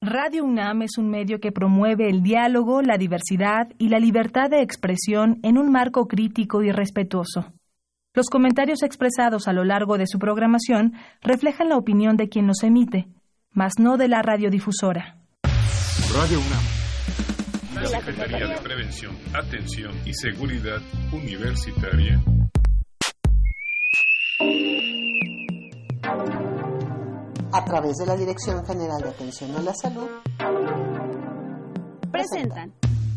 Radio UNAM es un medio que promueve el diálogo, la diversidad y la libertad de expresión en un marco crítico y respetuoso. Los comentarios expresados a lo largo de su programación reflejan la opinión de quien los emite, mas no de la radiodifusora. Radio UNAM. La Secretaría de Prevención, Atención y Seguridad Universitaria. A través de la Dirección General de Atención a la Salud, presentan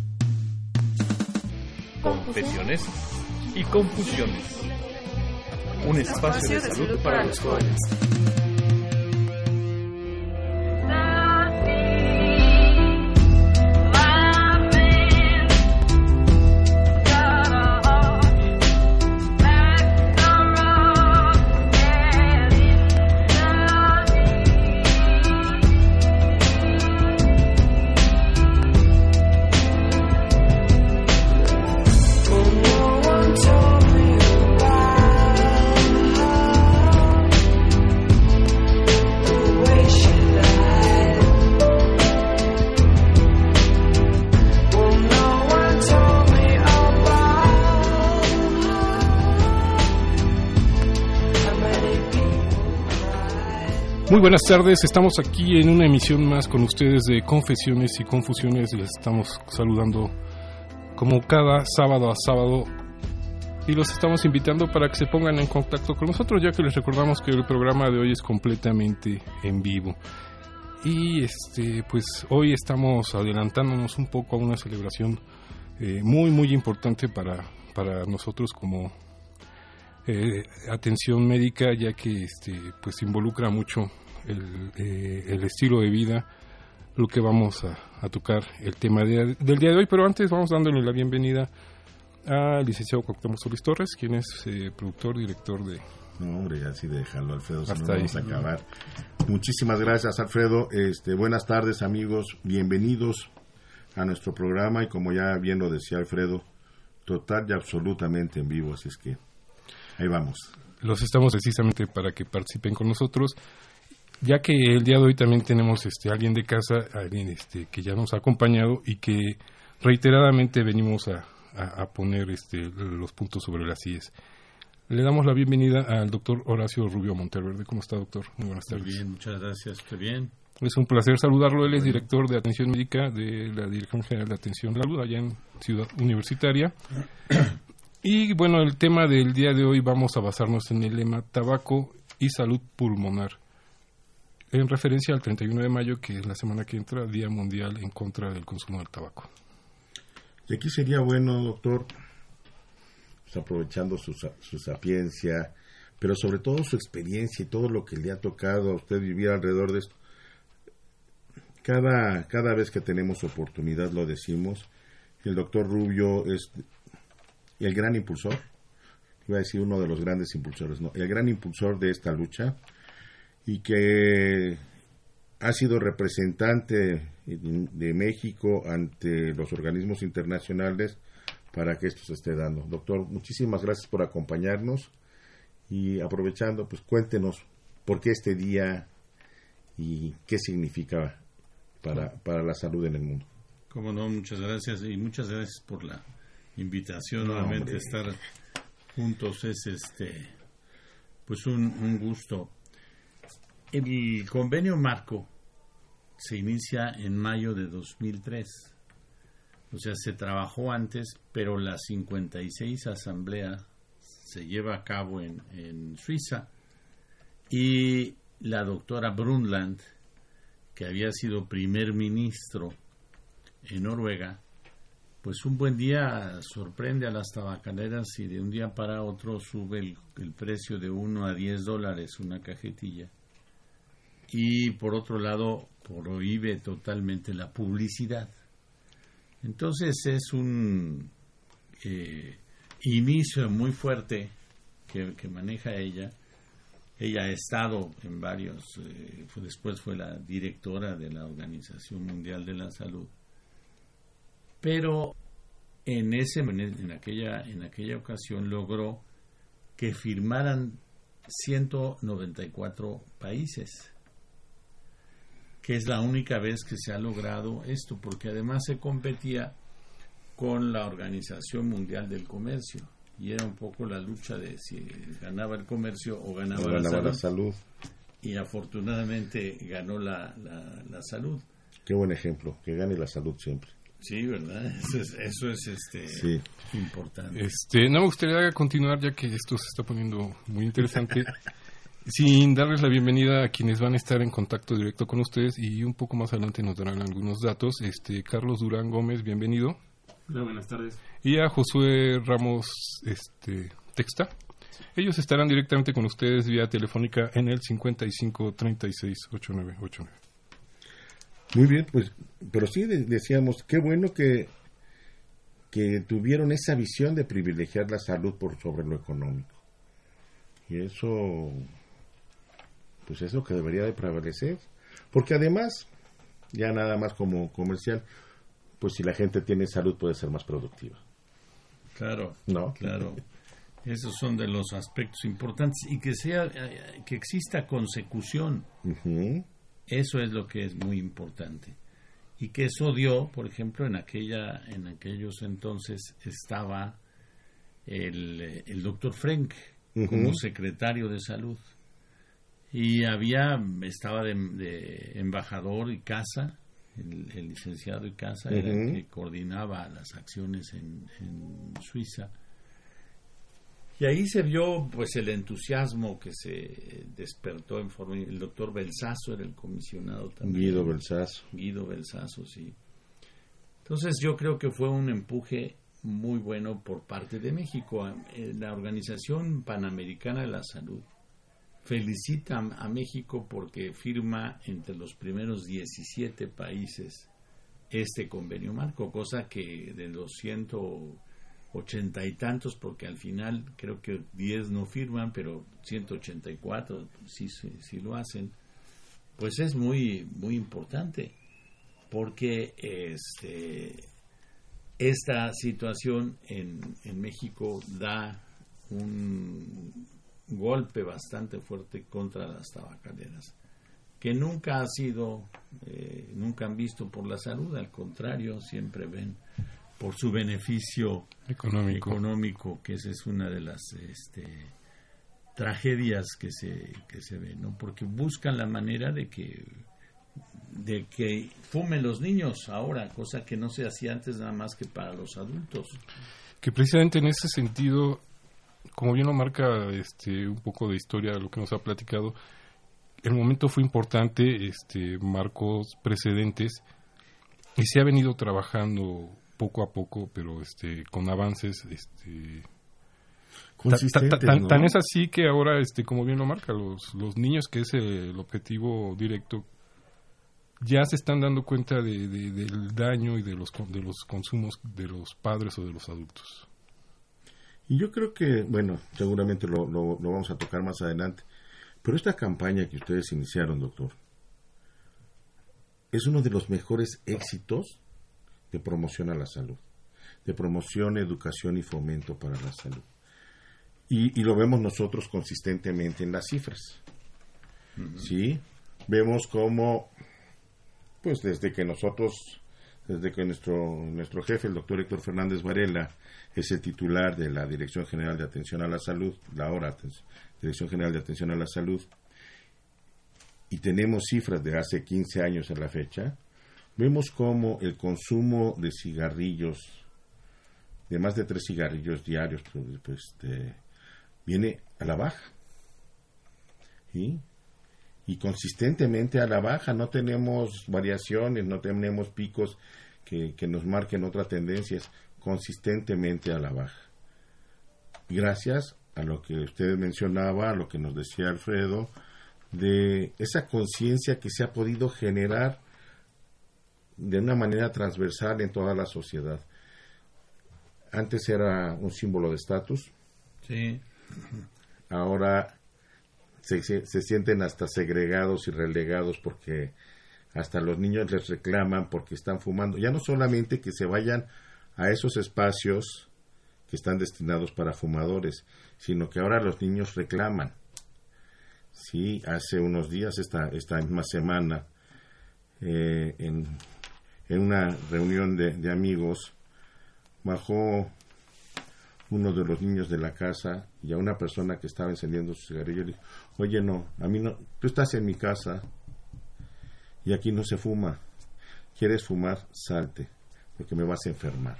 Confesiones y Confusiones. Un espacio de salud para los jóvenes. Muy buenas tardes, estamos aquí en una emisión más con ustedes de Confesiones y Confusiones. Les estamos saludando como cada sábado a sábado y los estamos invitando para que se pongan en contacto con nosotros, ya que les recordamos que el programa de hoy es completamente en vivo. Y pues hoy estamos adelantándonos un poco a una celebración muy importante para nosotros como atención médica, ya que pues involucra mucho el estilo de vida, lo que vamos a tocar, el tema del día de hoy. Pero antes vamos dándole la bienvenida al licenciado Cuauhtémoc Solís Torres, quien es productor, director de... No, hombre, así de dejarlo, Alfredo, si no vamos a acabar. Muchísimas gracias, Alfredo. Buenas tardes, amigos, bienvenidos a nuestro programa, y como ya bien lo decía Alfredo, total y absolutamente en vivo, así es que ahí vamos. Los estamos precisamente para que participen con nosotros, ya que el día de hoy también tenemos alguien de casa, alguien que ya nos ha acompañado y que reiteradamente venimos a poner los puntos sobre las IES. Le damos la bienvenida al doctor Horacio Rubio Monteverde. ¿Cómo está, doctor? Muy buenas tardes. Muy bien, muchas gracias. Estoy bien. Es un placer saludarlo. Él es director de Atención Médica de la Dirección General de Atención a la Salud allá en Ciudad Universitaria. Y bueno, el tema del día de hoy vamos a basarnos en el lema Tabaco y Salud Pulmonar, en referencia al 31 de mayo, que es la semana que entra, Día Mundial en contra del consumo del tabaco. Y aquí sería bueno, doctor, pues aprovechando su sapiencia, pero sobre todo su experiencia y todo lo que le ha tocado a usted vivir alrededor de esto. Cada vez que tenemos oportunidad lo decimos. El doctor Rubio es el gran impulsor, iba a decir uno de los grandes impulsores, no, el gran impulsor de esta lucha, y que ha sido representante de México ante los organismos internacionales para que esto se esté dando. Doctor, muchísimas gracias por acompañarnos, y aprovechando, pues cuéntenos por qué este día y qué significa para la salud en el mundo. Cómo no, muchas gracias, y muchas gracias por la invitación. Nuevamente estar juntos es pues un gusto. El convenio marco se inicia en mayo de 2003, o sea, se trabajó antes, pero la 56 asamblea se lleva a cabo en Suiza, y la doctora Brundtland, que había sido primer ministro en Noruega, pues un buen día sorprende a las tabacaleras y de un día para otro sube el precio de $1 a $10 una cajetilla. Y por otro lado prohíbe totalmente la publicidad. Entonces es un inicio muy fuerte que maneja ella. Ella ha estado en varios, después fue la directora de la Organización Mundial de la Salud. Pero en aquella ocasión logró que firmaran 194 países, que es la única vez que se ha logrado esto, porque además se competía con la Organización Mundial del Comercio, y era un poco la lucha de si ganaba el comercio o ganaba la salud. Y afortunadamente ganó la salud. Qué buen ejemplo, que gane la salud siempre. Sí, ¿verdad? Eso es sí. Importante. No me gustaría continuar, ya que esto se está poniendo muy interesante, sin darles la bienvenida a quienes van a estar en contacto directo con ustedes, y un poco más adelante nos darán algunos datos. Carlos Durán Gómez, bienvenido. Hola, buenas tardes. Y a Josué Ramos Texta. Ellos estarán directamente con ustedes vía telefónica en el 55 36 89 89. Muy bien, pues, pero sí decíamos, qué bueno que tuvieron esa visión de privilegiar la salud por sobre lo económico. Y eso, pues es lo que debería de prevalecer. Porque además, ya nada más como comercial, pues si la gente tiene salud puede ser más productiva. Claro, ¿no? Claro. Esos son de los aspectos importantes, y que exista consecución. Uh-huh. Eso es lo que es muy importante. Y que eso dio, por ejemplo, en aquellos entonces estaba el doctor Frenk como secretario de salud. Y estaba de embajador Icaza, el licenciado Icaza, era el que coordinaba las acciones en Suiza. Y ahí se vio pues el entusiasmo que se despertó en forma. El doctor Belsazo era el comisionado también. Guido Belsazo, sí. Entonces yo creo que fue un empuje muy bueno por parte de México. La Organización Panamericana de la Salud felicita a México porque firma entre los primeros 17 países este convenio marco, cosa que de los 180 y tantos, porque al final creo que 10 no firman, pero 184 sí lo hacen, pues es muy muy importante, porque esta situación en México da un golpe bastante fuerte contra las tabacaleras, que nunca nunca han visto por la salud, al contrario, siempre ven por su beneficio económico, que esa es una de las tragedias que se ven, ¿no? Porque buscan la manera de que fumen los niños ahora, cosa que no se hacía antes nada más que para los adultos. Que precisamente en ese sentido, como bien lo marca un poco de historia de lo que nos ha platicado, el momento fue importante, marcó precedentes, y se ha venido trabajando poco a poco, pero con avances consistentes, ¿no? Tan es así que ahora, como bien lo marca, los niños, que es el objetivo directo, ya se están dando cuenta del daño y de los consumos de los padres o de los adultos. Y yo creo que, bueno, seguramente lo vamos a tocar más adelante, pero esta campaña que ustedes iniciaron, doctor, es uno de los mejores éxitos de promoción a la salud, de promoción, educación y fomento para la salud. Y lo vemos nosotros consistentemente en las cifras. Uh-huh. ¿Sí? Vemos cómo, pues desde que nuestro jefe, el doctor Héctor Fernández Varela, es el titular de la Dirección General de Atención a la Salud, Dirección General de Atención a la Salud, y tenemos cifras de hace 15 años a la fecha, vemos cómo el consumo de cigarrillos, de más de 3 cigarrillos diarios, viene a la baja. ¿Sí? Y consistentemente a la baja, no tenemos variaciones, no tenemos picos que nos marquen otras tendencias, consistentemente a la baja. Gracias a lo que usted mencionaba, a lo que nos decía Alfredo, de esa conciencia que se ha podido generar de una manera transversal en toda la sociedad. Antes era un símbolo de estatus. Sí. Ahora se sienten hasta segregados y relegados porque hasta los niños les reclaman porque están fumando. Ya no solamente que se vayan a esos espacios que están destinados para fumadores, sino que ahora los niños reclaman. Sí, hace unos días, esta misma semana, en una reunión de amigos, bajó uno de los niños de la casa y a una persona que estaba encendiendo su cigarrillo le dijo: oye, no, a mí no, tú estás en mi casa y aquí no se fuma. ¿Quieres fumar? Salte, porque me vas a enfermar.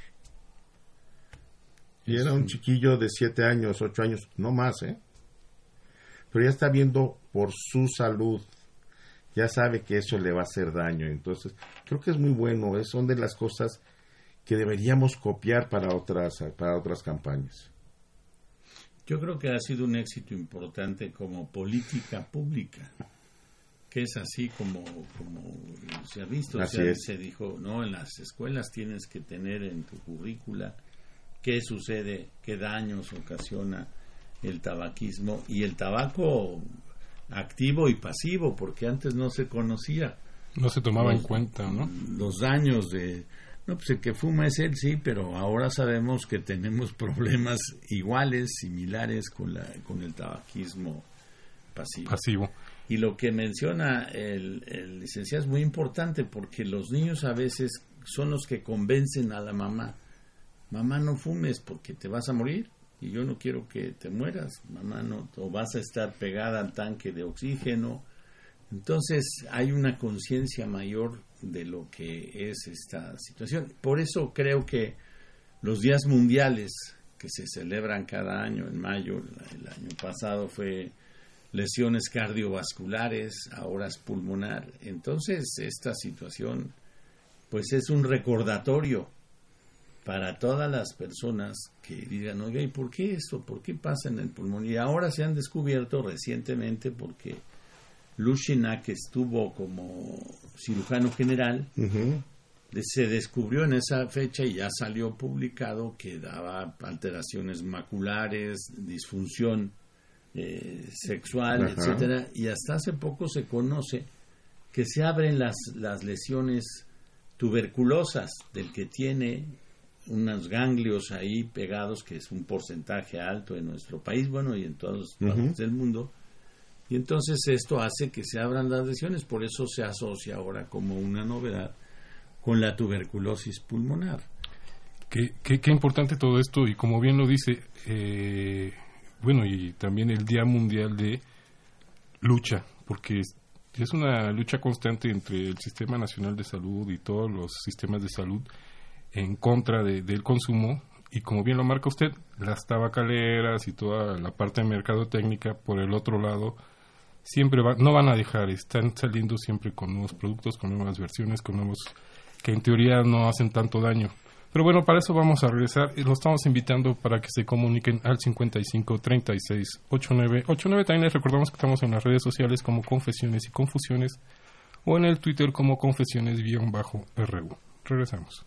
Y era un chiquillo de 7 años, 8 años, no más, pero ya está viendo por su salud, ya sabe que eso le va a hacer daño. Entonces, creo que es muy bueno, son de las cosas que deberíamos copiar para otras campañas. Yo creo que ha sido un éxito importante como política pública, que es así como se ha visto. Se dijo, no, en las escuelas tienes que tener en tu currícula qué sucede, qué daños ocasiona el tabaquismo y el tabaco activo y pasivo, porque antes no se conocía. No se tomaba en cuenta, ¿no? Los daños de... No, pues el que fuma es él, sí, pero ahora sabemos que tenemos problemas iguales, similares con el tabaquismo pasivo. Y lo que menciona el licenciado es muy importante, porque los niños a veces son los que convencen a la mamá: mamá, no fumes porque te vas a morir y yo no quiero que te mueras, mamá, no, o vas a estar pegada al tanque de oxígeno. Entonces hay una conciencia mayor de lo que es esta situación. Por eso creo que los días mundiales que se celebran cada año en mayo, el año pasado fue lesiones cardiovasculares, ahora es pulmonar. Entonces esta situación pues es un recordatorio para todas las personas que digan: oye, ¿y por qué esto? ¿Por qué pasa en el pulmón? Y ahora se han descubierto recientemente, porque Lushina, que estuvo como cirujano general, se descubrió en esa fecha y ya salió publicado que daba alteraciones maculares, disfunción sexual, etcétera, y hasta hace poco se conoce que se abren las lesiones tuberculosas del que tiene unos ganglios ahí pegados, que es un porcentaje alto en nuestro país, bueno, y en todos los países del mundo. Y entonces esto hace que se abran las lesiones, por eso se asocia ahora como una novedad con la tuberculosis pulmonar. Qué importante todo esto, y como bien lo dice, bueno, y también el Día Mundial de Lucha, porque es una lucha constante entre el Sistema Nacional de Salud y todos los sistemas de salud en contra del consumo, y como bien lo marca usted, las tabacaleras y toda la parte de mercadotecnia por el otro lado siempre no van a dejar, están saliendo siempre con nuevos productos, con nuevas versiones, con nuevos que en teoría no hacen tanto daño. Pero bueno, para eso vamos a regresar y los estamos invitando para que se comuniquen al 55 36 89 89. También les recordamos que estamos en las redes sociales como Confesiones y Confusiones, o en el Twitter como Confesiones_RU. Regresamos.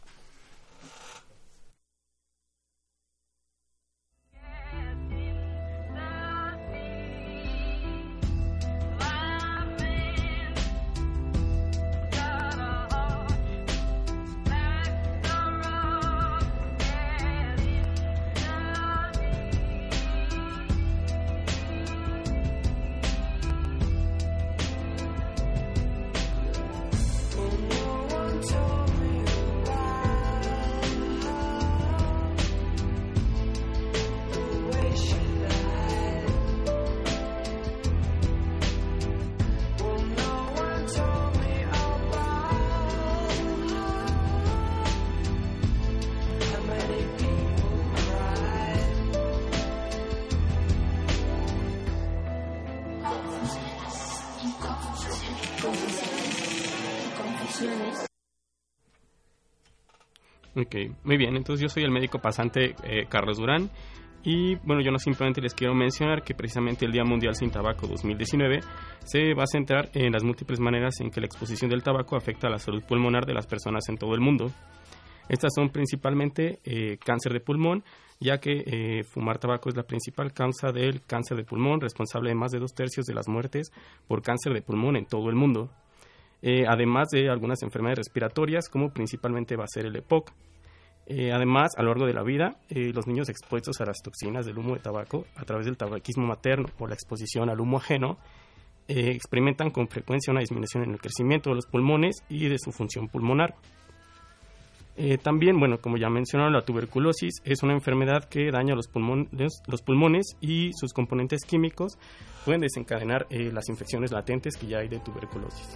Ok, muy bien, entonces yo soy el médico pasante Carlos Durán, y bueno, yo no simplemente les quiero mencionar que precisamente el Día Mundial Sin Tabaco 2019 se va a centrar en las múltiples maneras en que la exposición del tabaco afecta a la salud pulmonar de las personas en todo el mundo. Estas son principalmente cáncer de pulmón, ya que fumar tabaco es la principal causa del cáncer de pulmón, responsable de más de 2/3 de las muertes por cáncer de pulmón en todo el mundo. Además de algunas enfermedades respiratorias, como principalmente va a ser el EPOC. Además, a lo largo de la vida, los niños expuestos a las toxinas del humo de tabaco a través del tabaquismo materno o la exposición al humo ajeno experimentan con frecuencia una disminución en el crecimiento de los pulmones y de su función pulmonar. También, bueno, como ya mencionaron, la tuberculosis es una enfermedad que daña los pulmones y sus componentes químicos pueden desencadenar las infecciones latentes que ya hay de tuberculosis.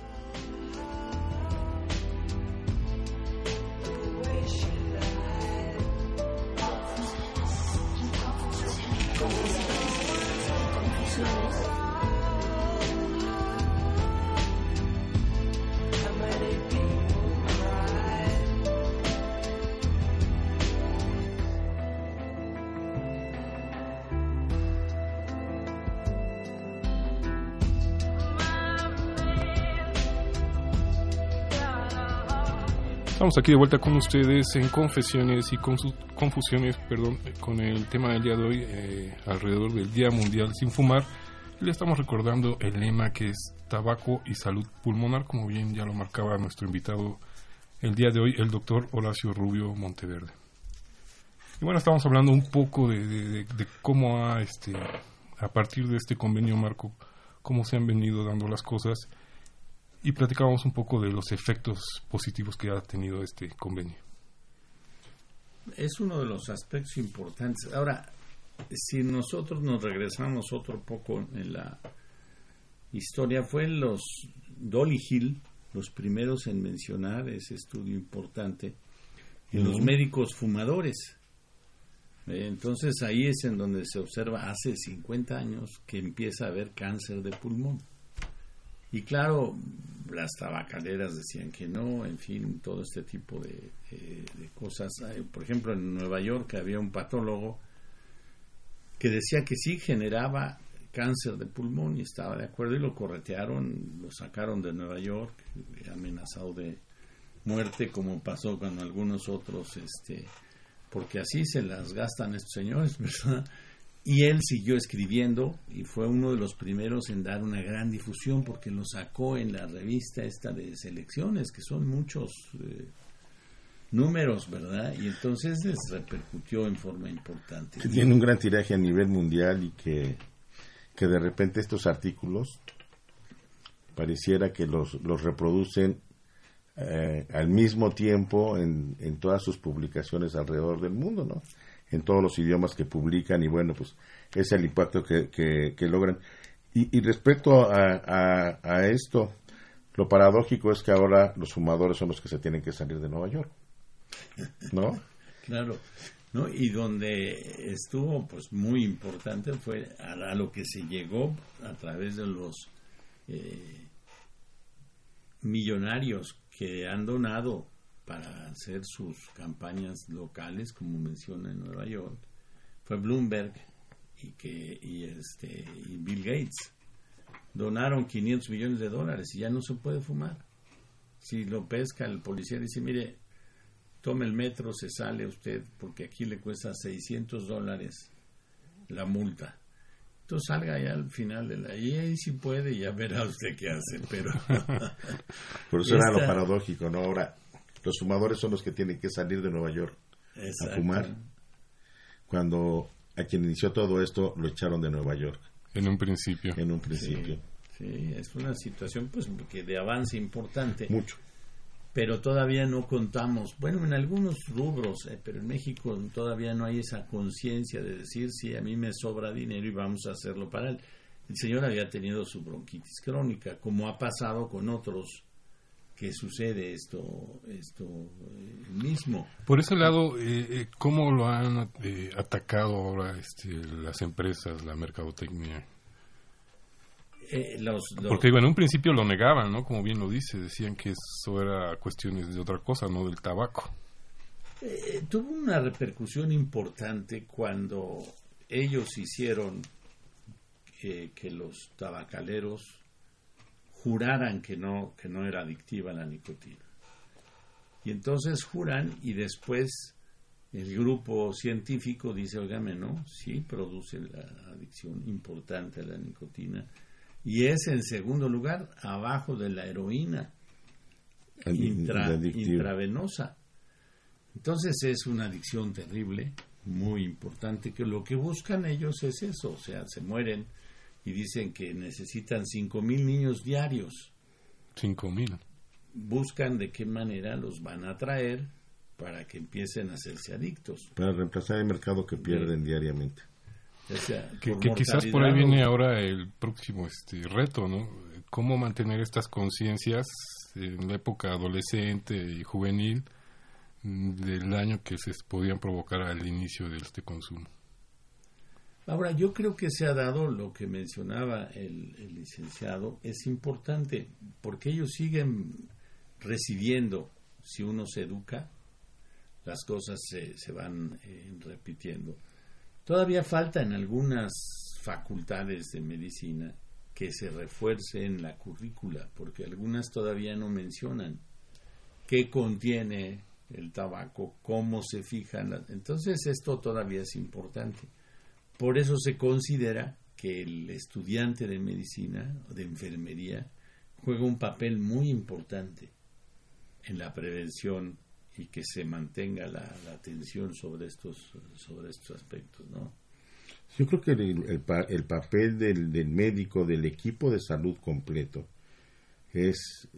Estamos aquí de vuelta con ustedes en Confesiones y Confusiones, con el tema del día de hoy, alrededor del Día Mundial Sin Fumar. Y le estamos recordando el lema que es tabaco y salud pulmonar, como bien ya lo marcaba nuestro invitado el día de hoy, el doctor Horacio Rubio Monteverde. Y bueno, estamos hablando un poco de cómo a partir de este convenio marco, cómo se han venido dando las cosas. Y platicábamos un poco de los efectos positivos que ha tenido este convenio. Es uno de los aspectos importantes. Ahora, si nosotros nos regresamos otro poco en la historia, fue los Dolly Hill, los primeros en mencionar ese estudio importante, en los médicos fumadores. Entonces ahí es en donde se observa hace 50 años que empieza a haber cáncer de pulmón. Y claro, las tabacaleras decían que no, en fin, todo este tipo de cosas. Por ejemplo, en Nueva York había un patólogo que decía que sí generaba cáncer de pulmón y estaba de acuerdo y lo corretearon, lo sacaron de Nueva York, amenazado de muerte, como pasó con algunos otros, porque así se las gastan estos señores, ¿verdad? Y él siguió escribiendo y fue uno de los primeros en dar una gran difusión porque lo sacó en la revista esta de selecciones, que son muchos números, ¿verdad? Y entonces les repercutió en forma importante. Que tiene un gran tiraje a nivel mundial y que de repente estos artículos pareciera que los reproducen al mismo tiempo en todas sus publicaciones alrededor del mundo, ¿no? En todos los idiomas que publican y bueno, pues es el impacto que logran. Y respecto a esto, lo paradójico es que ahora los fumadores son los que se tienen que salir de Nueva York, ¿no? Claro, ¿no? Y donde estuvo pues muy importante fue a lo que se llegó a través de los millonarios que han donado para hacer sus campañas locales, como menciona en Nueva York, fue Bloomberg y Bill Gates. Donaron $500 millones y ya no se puede fumar. Si lo pesca el policía, dice, mire, tome el metro, se sale usted, porque aquí le cuesta $600 la multa. Entonces salga ya al final de y ahí sí puede, ya verá usted qué hace, pero... Por eso era lo paradójico, ¿no? Ahora, los fumadores son los que tienen que salir de Nueva York a fumar, cuando a quien inició todo esto lo echaron de Nueva York. En un principio. Sí, es una situación pues que de avance importante. Mucho. Pero todavía no contamos, bueno, en algunos rubros, pero en México todavía no hay esa conciencia de decir, sí, a mí me sobra dinero y vamos a hacerlo para él. El señor había tenido su bronquitis crónica, como ha pasado con otros que sucede esto mismo. Por ese lado, ¿cómo lo han atacado ahora las empresas, la mercadotecnia? Porque en un principio lo negaban, ¿no? Como bien lo dice, decían que eso era cuestiones de otra cosa, no del tabaco. Tuvo una repercusión importante cuando ellos hicieron que los tabacaleros juraran que no era adictiva la nicotina. Y entonces juran y después el grupo científico dice, óigame, no, sí produce la adicción importante a la nicotina. Y es en segundo lugar abajo de la heroína intravenosa. Entonces es una adicción terrible, muy importante, que lo que buscan ellos es eso, o sea, se mueren y dicen que necesitan 5,000 niños diarios. 5,000. Buscan de qué manera los van a traer para que empiecen a hacerse adictos. Para reemplazar el mercado que pierden diariamente. O sea, que quizás por ahí viene ahora el próximo reto, ¿no? Cómo mantener estas conciencias en la época adolescente y juvenil del daño que se podían provocar al inicio de este consumo. Ahora, yo creo que se ha dado lo que mencionaba el licenciado, es importante, porque ellos siguen recibiendo, si uno se educa, las cosas se van repitiendo. Todavía falta en algunas facultades de medicina que se refuerce en la currícula, porque algunas todavía no mencionan qué contiene el tabaco, cómo se fijan. Entonces esto todavía es importante. Por eso se considera que el estudiante de medicina o de enfermería juega un papel muy importante en la prevención y que se mantenga la atención sobre estos aspectos, ¿no? Yo creo que el papel del médico, del equipo de salud completo, es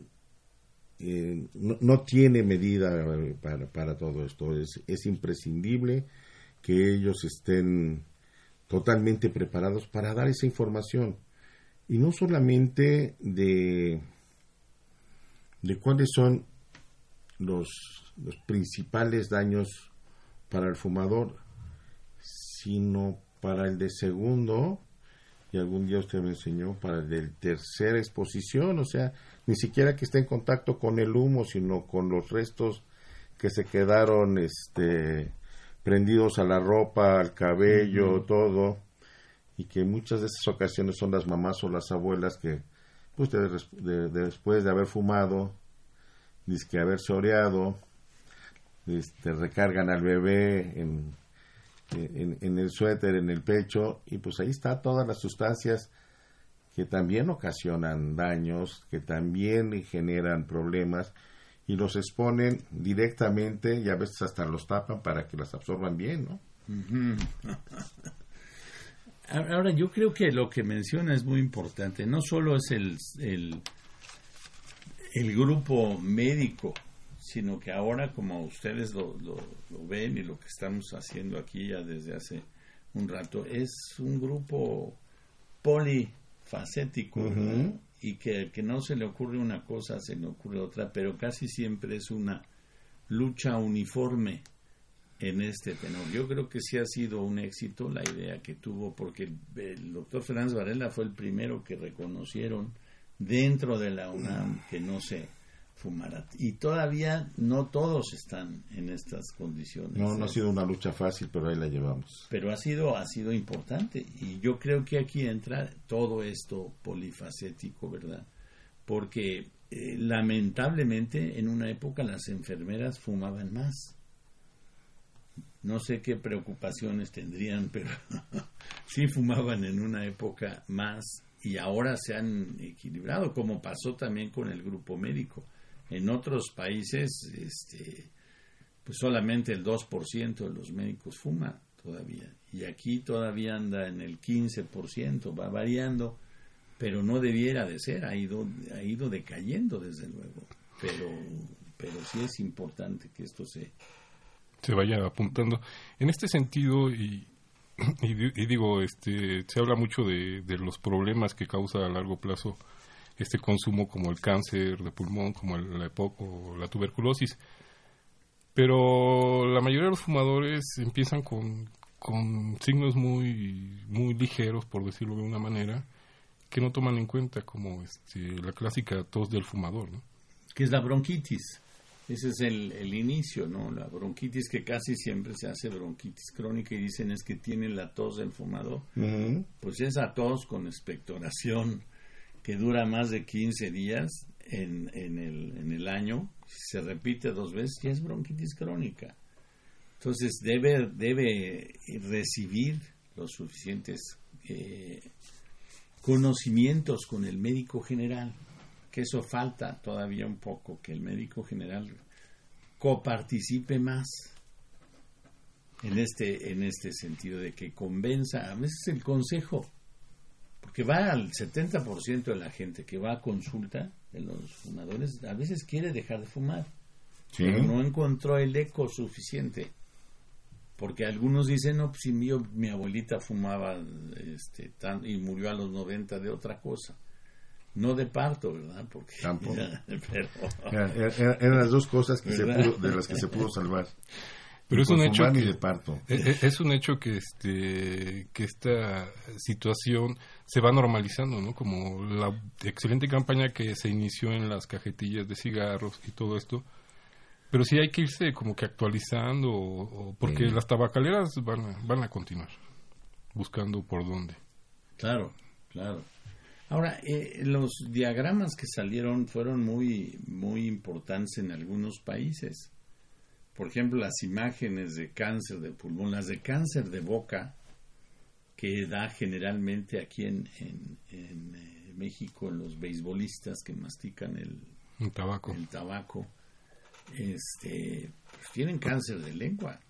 no tiene medida para todo esto. Es imprescindible que ellos estén totalmente preparados para dar esa información. Y no solamente de cuáles son los principales daños para el fumador, sino para el de segundo, y algún día usted me enseñó, para el de tercera exposición, o sea, ni siquiera que esté en contacto con el humo, sino con los restos que se quedaron prendidos a la ropa, al cabello, todo, y que muchas de esas ocasiones son las mamás o las abuelas que, pues, después de haber fumado, dizque haberse oreado, recargan al bebé en el suéter, en el pecho, y pues ahí está todas las sustancias que también ocasionan daños, que también generan problemas, y los exponen directamente y a veces hasta los tapan para que las absorban bien, ¿no? Uh-huh. Ahora, yo creo que lo que menciona es muy importante. No solo es el grupo médico, sino que ahora, como ustedes lo ven y lo que estamos haciendo aquí ya desde hace un rato, es un grupo polifacético, uh-huh. Y que no se le ocurre una cosa, se le ocurre otra, pero casi siempre es una lucha uniforme en este tenor. Yo creo que sí ha sido un éxito la idea que tuvo, porque el doctor Fernández Varela fue el primero que reconocieron dentro de la UNAM que no se fumara. Y todavía no todos están en estas condiciones. No ha sido una lucha fácil, pero ahí la llevamos. Pero ha sido importante. Y yo creo que aquí entra todo esto polifacético, ¿verdad? Porque lamentablemente en una época las enfermeras fumaban más. No sé qué preocupaciones tendrían, pero sí fumaban en una época más y ahora se han equilibrado, como pasó también con el grupo médico. En otros países, pues solamente el 2% de los médicos fuma todavía. Y aquí todavía anda en el 15%, va variando, pero no debiera de ser, ha ido decayendo desde luego. Pero sí es importante que esto se vaya apuntando. En este sentido, y digo, se habla mucho de los problemas que causa a largo plazo este consumo, como el cáncer de pulmón, como la EPOC o la tuberculosis. Pero la mayoría de los fumadores empiezan con signos muy, muy ligeros, por decirlo de una manera, que no toman en cuenta, como la clásica tos del fumador, ¿no? Que es la bronquitis. Ese es el inicio, ¿no? La bronquitis, que casi siempre se hace bronquitis crónica y dicen es que tiene la tos del fumador. Uh-huh. Pues esa tos con expectoración que dura más de 15 días en el año, si se repite 2 veces, ya es bronquitis crónica. Entonces debe recibir los suficientes conocimientos con el médico general, que eso falta todavía un poco, que el médico general coparticipe más en este sentido, de que convenza, a veces el consejo, porque va al 70% de la gente que va a consulta de los fumadores, a veces quiere dejar de fumar, pero no encontró el eco suficiente. Porque algunos dicen, no, pues si mi abuelita fumaba y murió a los 90 de otra cosa. No de parto, ¿verdad? Porque tampoco. Pero, eran las dos cosas que de las que se pudo salvar. Pero es un hecho que, de parto. Es un hecho que esta situación se va normalizando, ¿no? Como la excelente campaña que se inició en las cajetillas de cigarros y todo esto. Pero sí hay que irse como que actualizando, porque las tabacaleras van a continuar buscando por dónde. Claro. Ahora, los diagramas que salieron fueron muy, muy importantes en algunos países. Por ejemplo, las imágenes de cáncer de pulmón, las de cáncer de boca, que da generalmente aquí en México los beisbolistas que mastican el tabaco. Pues tienen cáncer de lengua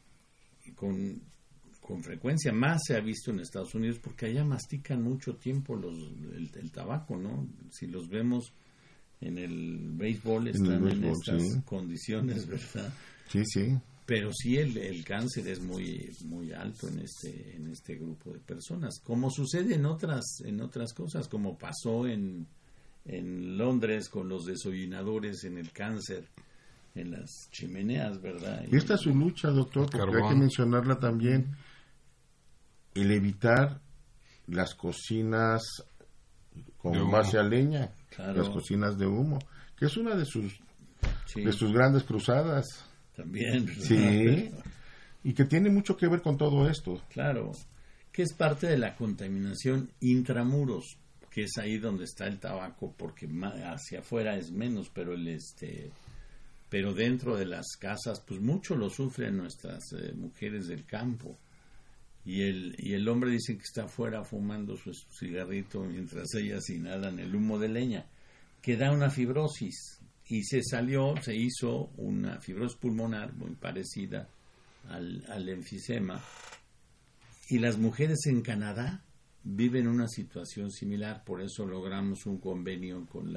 con frecuencia. Más se ha visto en Estados Unidos porque allá mastican mucho tiempo el tabaco, ¿no? Si los vemos en el béisbol están en estas condiciones, ¿verdad? Sí. Pero sí el cáncer es muy muy alto en este grupo de personas, como sucede en otras cosas, como pasó en Londres con los desollinadores en el cáncer en las chimeneas, ¿verdad? Y esta es su lucha, doctor, porque hay que mencionarla también, el evitar las cocinas con base a leña, las cocinas de humo, que es una de sus grandes cruzadas. También, ¿verdad? Sí, y que tiene mucho que ver con todo esto. Claro, que es parte de la contaminación intramuros, que es ahí donde está el tabaco, porque hacia afuera es menos, pero pero dentro de las casas, pues mucho lo sufren nuestras mujeres del campo. Y el hombre dice que está afuera fumando su cigarrito mientras ellas inhalan el humo de leña, que da una fibrosis. Y se hizo una fibrosis pulmonar muy parecida al enfisema. Y las mujeres en Canadá viven una situación similar, por eso logramos un convenio con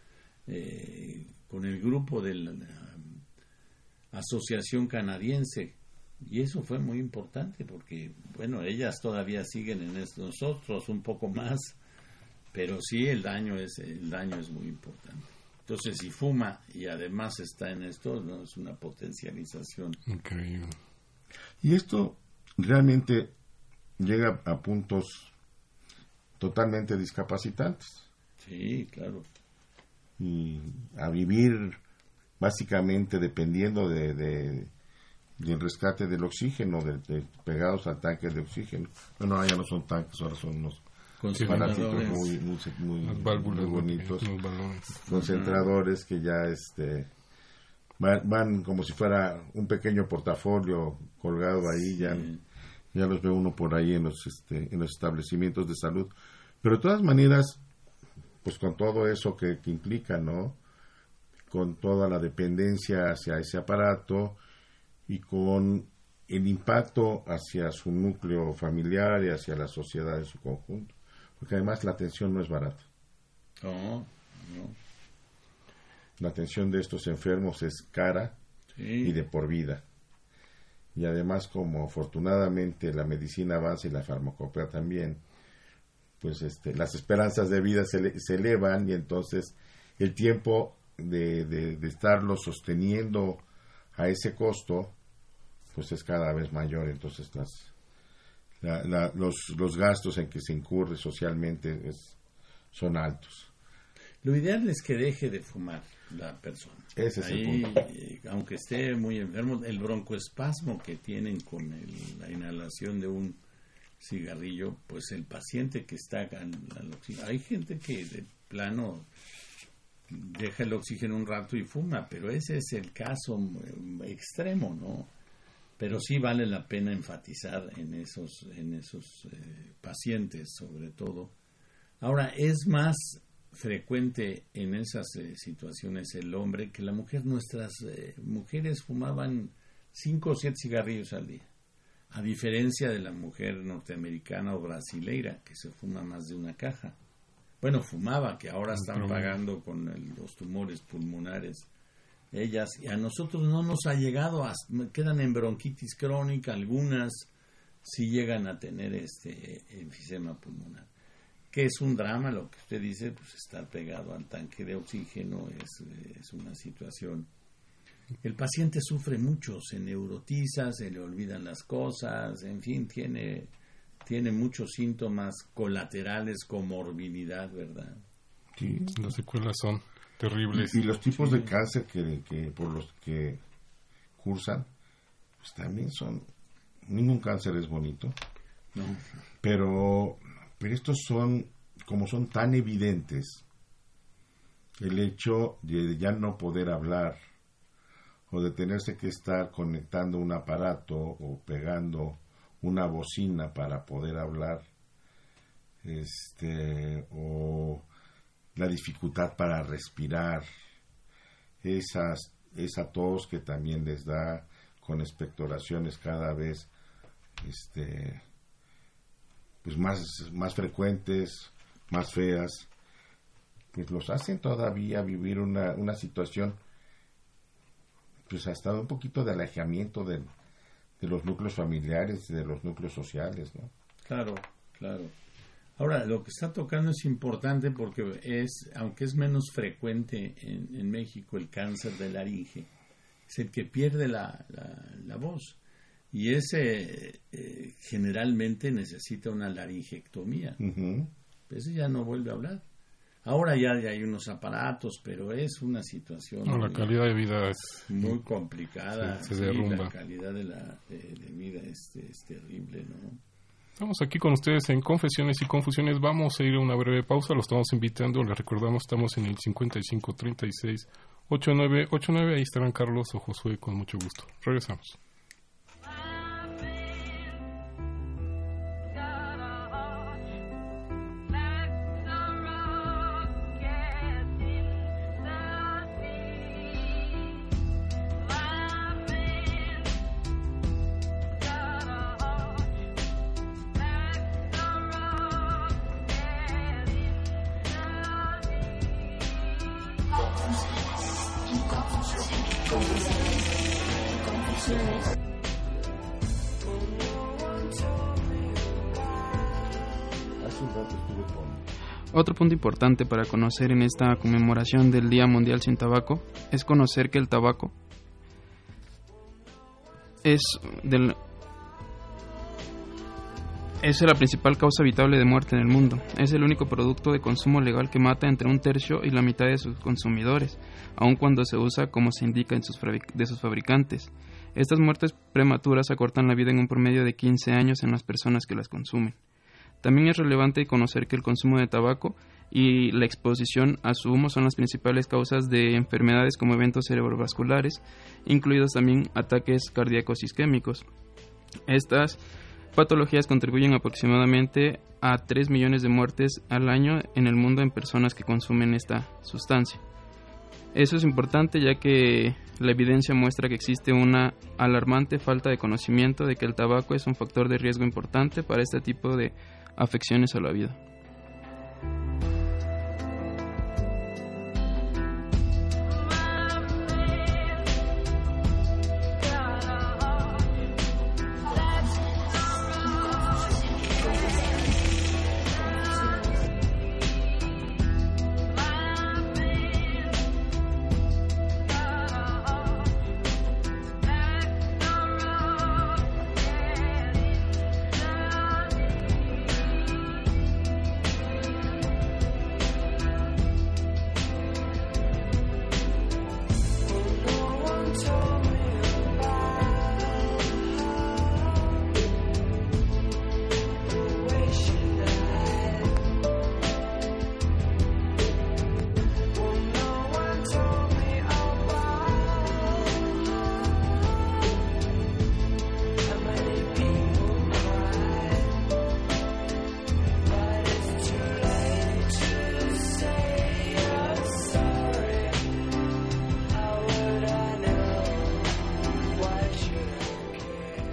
el grupo de la Asociación Canadiense, y eso fue muy importante porque, bueno, ellas todavía siguen en esto, nosotros un poco más, pero sí el daño es muy importante. Entonces, si fuma y además está en esto, no es una potencialización increíble. Y esto realmente llega a puntos totalmente discapacitantes. Sí, claro. Y a vivir básicamente dependiendo del rescate del oxígeno, pegados al tanque de oxígeno. Bueno, ahora ya no son tanques, ahora son unos fanáticos muy bonitos, concentradores que ya van como si fuera un pequeño portafolio colgado ahí, ya los ve uno por ahí en los establecimientos de salud. Pero de todas maneras, pues con todo eso que implica, ¿no? Con toda la dependencia hacia ese aparato y con el impacto hacia su núcleo familiar y hacia la sociedad en su conjunto. Porque además la atención no es barata. No. La atención de estos enfermos es cara y de por vida. Y además, como afortunadamente la medicina avanza y la farmacopea también, pues las esperanzas de vida se elevan, y entonces el tiempo de estarlo sosteniendo a ese costo pues es cada vez mayor. Entonces los gastos en que se incurre socialmente son altos. Lo ideal es que deje de fumar la persona. Ese es el punto. Aunque esté muy enfermo, el broncoespasmo que tienen con la inhalación de un cigarrillo, pues el paciente que está al oxígeno, hay gente que de plano deja el oxígeno un rato y fuma, pero ese es el caso extremo, ¿no? Pero sí vale la pena enfatizar en esos pacientes, sobre todo. Ahora, es más frecuente en esas situaciones el hombre que la mujer. Nuestras mujeres fumaban 5 o 7 cigarrillos al día. A diferencia de la mujer norteamericana o brasileira, que se fuma más de una caja. Bueno, fumaba, que ahora están pagando con los tumores pulmonares. Ellas, y a nosotros no nos ha llegado, quedan en bronquitis crónica, algunas sí llegan a tener enfisema pulmonar. Que es un drama, lo que usted dice, pues estar pegado al tanque de oxígeno es una situación. El paciente sufre mucho, se neurotiza, se le olvidan las cosas, en fin, tiene muchos síntomas colaterales, comorbilidad, ¿verdad? Sí, las secuelas son terribles. Y los tipos de cáncer que por los que cursan, pues también son... Ningún cáncer es bonito, no. Pero estos son tan evidentes, el hecho de ya no poder hablar, o de tenerse que estar conectando un aparato o pegando una bocina para poder hablar, o la dificultad para respirar, esa tos que también les da con expectoraciones cada vez pues más frecuentes, más feas, pues los hacen todavía vivir una situación pues hasta un poquito de alejamiento de los núcleos familiares, de los núcleos sociales, ¿no? Claro. Ahora, lo que está tocando es importante porque aunque es menos frecuente en México el cáncer de laringe, es el que pierde la voz. Y ese generalmente necesita una laringectomía. Uh-huh. Ese ya no vuelve a hablar. Ahora ya hay unos aparatos, pero es una situación... No, la calidad de vida es... muy complicada. Se derrumba. La calidad de vida es terrible, ¿no? Estamos aquí con ustedes en Confesiones y Confusiones. Vamos a ir a una breve pausa. Los estamos invitando. Les recordamos, estamos en el 5536-8989. Ahí estarán Carlos o Josué con mucho gusto. Regresamos. Otro punto importante para conocer en esta conmemoración del Día Mundial sin Tabaco es conocer que el tabaco es la principal causa evitable de muerte en el mundo. Es el único producto de consumo legal que mata entre un tercio y la mitad de sus consumidores, aun cuando se usa como se indica de sus fabricantes. Estas muertes prematuras acortan la vida en un promedio de 15 años en las personas que las consumen. También es relevante conocer que el consumo de tabaco y la exposición a su humo son las principales causas de enfermedades como eventos cerebrovasculares, incluidos también ataques cardíacos isquémicos. Estas patologías contribuyen aproximadamente a 3 millones de muertes al año en el mundo en personas que consumen esta sustancia. Eso es importante ya que la evidencia muestra que existe una alarmante falta de conocimiento de que el tabaco es un factor de riesgo importante para este tipo de afecciones a la vida.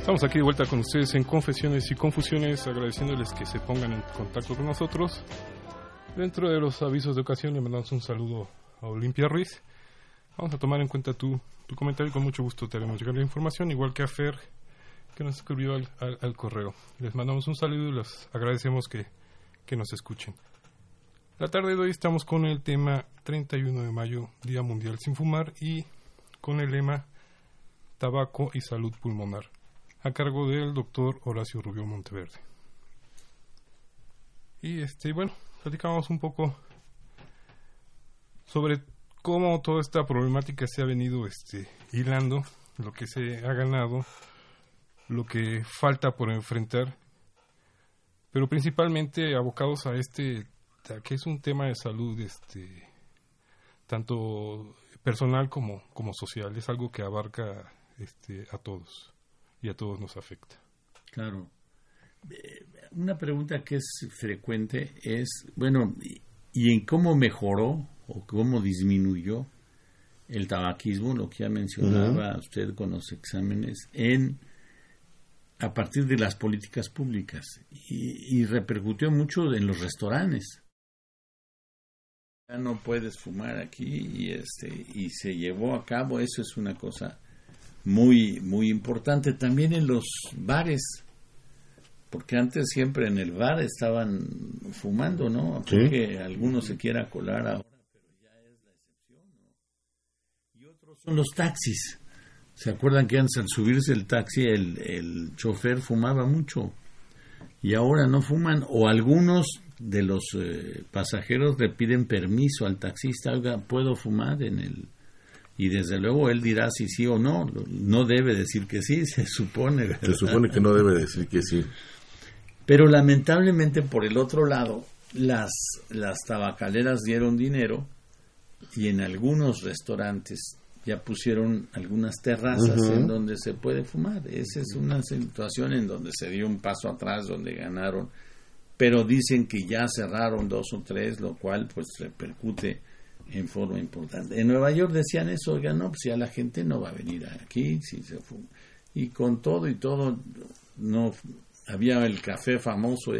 Estamos aquí de vuelta con ustedes en Confesiones y Confusiones, agradeciéndoles que se pongan en contacto con nosotros. Dentro de los avisos de ocasión le mandamos un saludo a Olimpia Ruiz. Vamos a tomar en cuenta tu comentario y con mucho gusto te haremos llegar la información, igual que a Fer, que nos escribió al correo. Les mandamos un saludo y les agradecemos que nos escuchen. La tarde de hoy estamos con el tema 31 de mayo, Día Mundial sin Fumar, y con el lema Tabaco y Salud Pulmonar, a cargo del doctor Horacio Rubio Monteverde. Y bueno, platicamos un poco sobre cómo toda esta problemática se ha venido hilando, lo que se ha ganado, lo que falta por enfrentar, pero principalmente abocados a que es un tema de salud tanto personal como social. Es algo que abarca a todos y a todos nos afecta. Claro. Una pregunta que es frecuente es, bueno, ¿y en cómo mejoró o cómo disminuyó el tabaquismo, lo que ya mencionaba usted con los exámenes, a partir de las políticas públicas? Y repercutió mucho en los restaurantes. Ya no puedes fumar aquí y se llevó a cabo, eso es una cosa muy, muy importante. También en los bares, porque antes siempre en el bar estaban fumando, ¿no? Porque algunos se quiera colar ahora, pero ya es la excepción, ¿no? Y otros son los taxis. ¿Se acuerdan que antes al subirse el taxi el chofer fumaba mucho? Y ahora no fuman, o algunos de los pasajeros le piden permiso al taxista, oiga, ¿puedo fumar en el...? Y desde luego él dirá si sí o no. No debe decir que sí, se supone, ¿verdad? Se supone que no debe decir que sí. Pero lamentablemente, por el otro lado, las tabacaleras dieron dinero y en algunos restaurantes ya pusieron algunas terrazas en donde se puede fumar. Esa es una situación en donde se dio un paso atrás, donde ganaron. Pero dicen que ya cerraron 2 o 3, lo cual pues repercute en forma importante. En Nueva York decían eso, oigan, no, pues ya la gente no va a venir aquí si se fuma. Y con todo y todo, no había el café famoso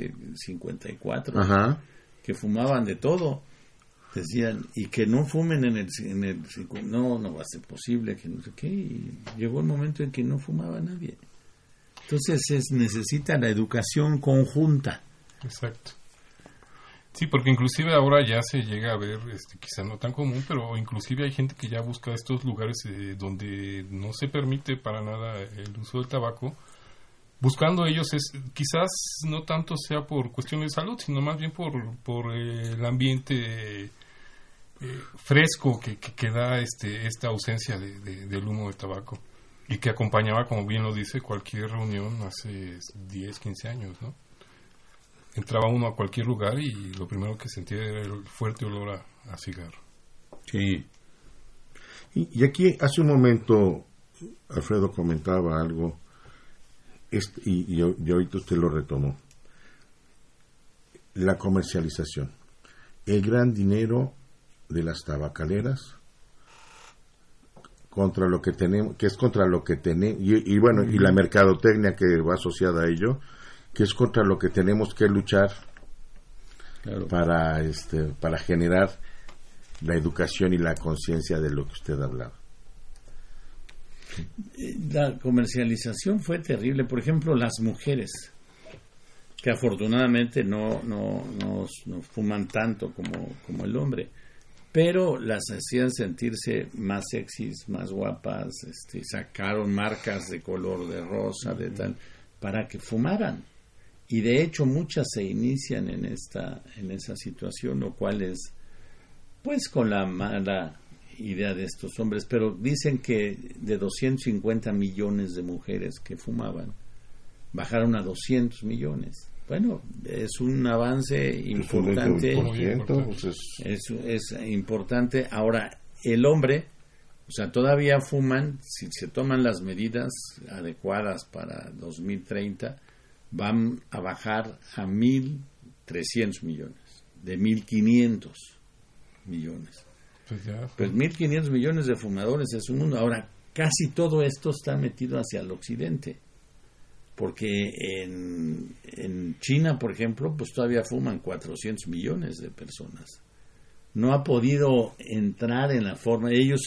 54, que fumaban de todo. Decían, y que no fumen en el no va a ser posible, que no sé qué. Y llegó el momento en que no fumaba nadie. Entonces necesita la educación conjunta. Exacto. Sí, porque inclusive ahora ya se llega a ver, quizá no tan común, pero inclusive hay gente que ya busca estos lugares donde no se permite para nada el uso del tabaco. Buscando ellos, quizás no tanto sea por cuestiones de salud, sino más bien por el ambiente fresco que da esta ausencia del humo de tabaco, y que acompañaba, como bien lo dice, cualquier reunión hace 10, 15 años, ¿no? Entraba uno a cualquier lugar y lo primero que sentía era el fuerte olor a cigarro. Sí. Y aquí hace un momento Alfredo comentaba algo, y ahorita usted lo retomó. La comercialización. El gran dinero de las tabacaleras contra lo que tenemos, que es contra lo que tenemos, y bueno, y la mercadotecnia que va asociada a ello, que es contra lo que tenemos que luchar, claro, para generar la educación y la conciencia de lo que usted hablaba. La comercialización fue terrible. Por ejemplo, las mujeres, que afortunadamente no fuman tanto como el hombre, pero las hacían sentirse más sexys, más guapas, sacaron marcas de color de rosa, de tal, para que fumaran. Y de hecho muchas se inician en esa situación, lo cual es pues con la mala idea de estos hombres, pero dicen que de 250 millones de mujeres que fumaban, bajaron a 200 millones. Bueno, es un avance importante. Es importante. Ahora, el hombre, o sea, todavía fuman, si se toman las medidas adecuadas para 2030, van a bajar a 1.300 millones, de 1.500 millones. Pues 1.500 millones de fumadores es un mundo. Ahora, casi todo esto está metido hacia el occidente. porque en China, por ejemplo, pues todavía fuman 400 millones de personas. No ha podido entrar en la forma, ellos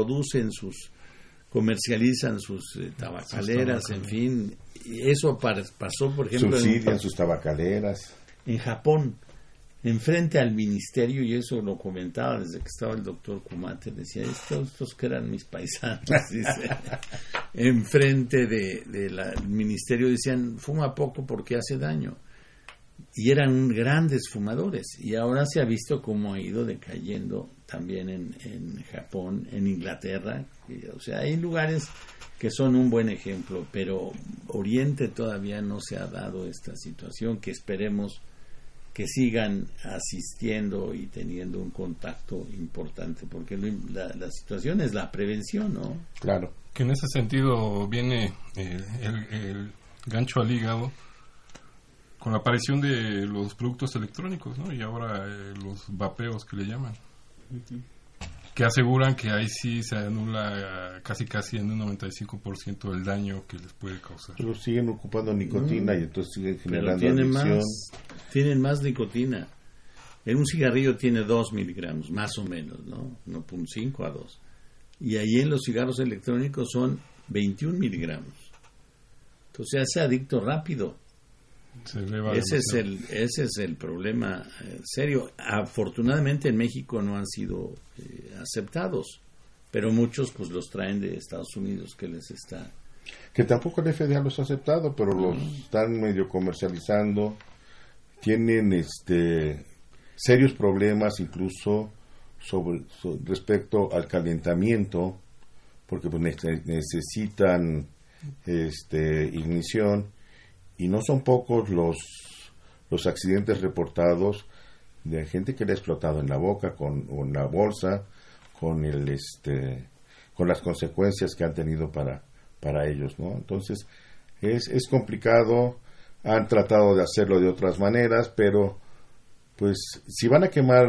comercializan sus tabacaleras, en fin, y eso pasó, por ejemplo, subsidian sus tabacaleras. En Japón, enfrente al ministerio, y eso lo comentaba desde que estaba el doctor Kumate, decía, estos que eran mis paisanos, dice, enfrente del ministerio decían, fuma poco porque hace daño, y eran grandes fumadores, y ahora se ha visto cómo ha ido decayendo también en Japón, en Inglaterra, o sea, hay lugares que son un buen ejemplo, pero Oriente todavía no se ha dado esta situación, que esperemos que sigan asistiendo y teniendo un contacto importante, porque la situación es la prevención, ¿no? Claro. Que en ese sentido viene el gancho al hígado con la aparición de los productos electrónicos, ¿no? Y ahora los vapeos que le llaman, que aseguran que ahí sí se anula casi en un 95% el daño que les puede causar. Pero siguen ocupando nicotina y entonces siguen generando adicción. Tienen más nicotina. En un cigarrillo tiene 2 miligramos, más o menos, ¿no? 1.5 a 2. Y ahí en los cigarros electrónicos son 21 miligramos. Entonces se hace adicto rápido. Ese es el problema serio. Afortunadamente en México no han sido aceptados, pero muchos pues los traen de Estados Unidos, que tampoco el FDA los ha aceptado, pero los están medio comercializando. Tienen serios problemas incluso respecto al calentamiento, porque pues necesitan ignición. Y no son pocos los accidentes reportados de gente que le ha explotado en la boca, con la bolsa, con las consecuencias que han tenido para ellos, ¿no? Entonces es complicado. Han tratado de hacerlo de otras maneras, pero pues si van a quemar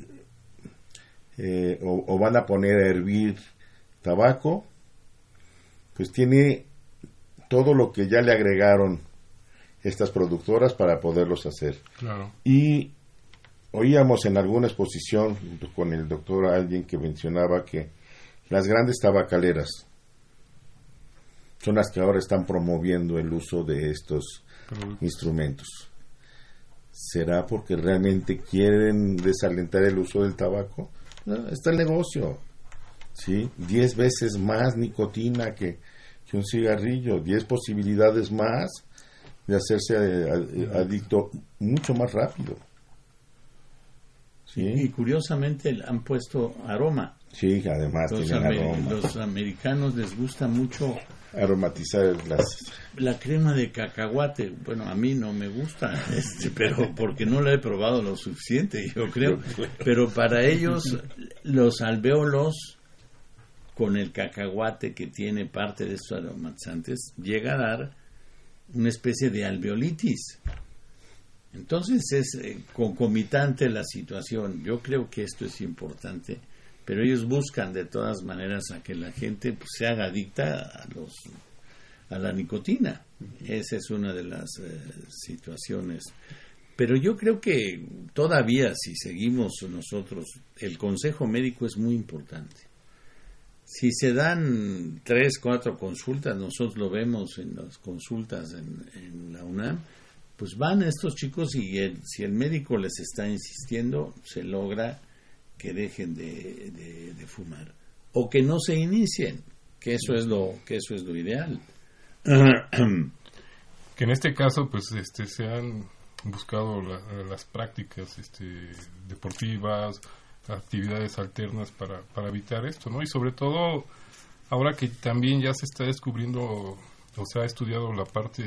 o van a poner a hervir tabaco, pues tiene todo lo que ya le agregaron estas productoras para poderlos hacer. Claro. Y oíamos en alguna exposición con el doctor alguien que mencionaba que las grandes tabacaleras son las que ahora están promoviendo el uso de estos instrumentos. ¿Será porque realmente quieren desalentar el uso del tabaco? No, está el negocio. ¿Sí? 10 veces más nicotina que un cigarrillo, 10 posibilidades más de hacerse adicto mucho más rápido. ¿Sí? Y curiosamente han puesto aroma. Sí, además tienen aroma. Los americanos les gusta mucho aromatizar la crema de cacahuate. Bueno, a mí no me gusta, pero porque no la he probado lo suficiente, yo creo. Pero para ellos los alvéolos con el cacahuate, que tiene parte de estos aromatizantes, llega a dar una especie de alveolitis. Entonces es concomitante la situación. Yo creo que esto es importante, pero ellos buscan de todas maneras a que la gente pues, se haga adicta a la nicotina. Esa es una de las situaciones. Pero yo creo que todavía, si seguimos nosotros, el consejo médico es muy importante. Si se dan 3, 4 consultas, nosotros lo vemos en las consultas en la UNAM, pues van estos chicos y si el médico les está insistiendo, se logra que dejen de fumar o que no se inicien, que eso es lo ideal. Que en este caso pues se han buscado las prácticas deportivas, actividades alternas para evitar esto, ¿no? Y sobre todo ahora que también ya se está descubriendo o se ha estudiado la parte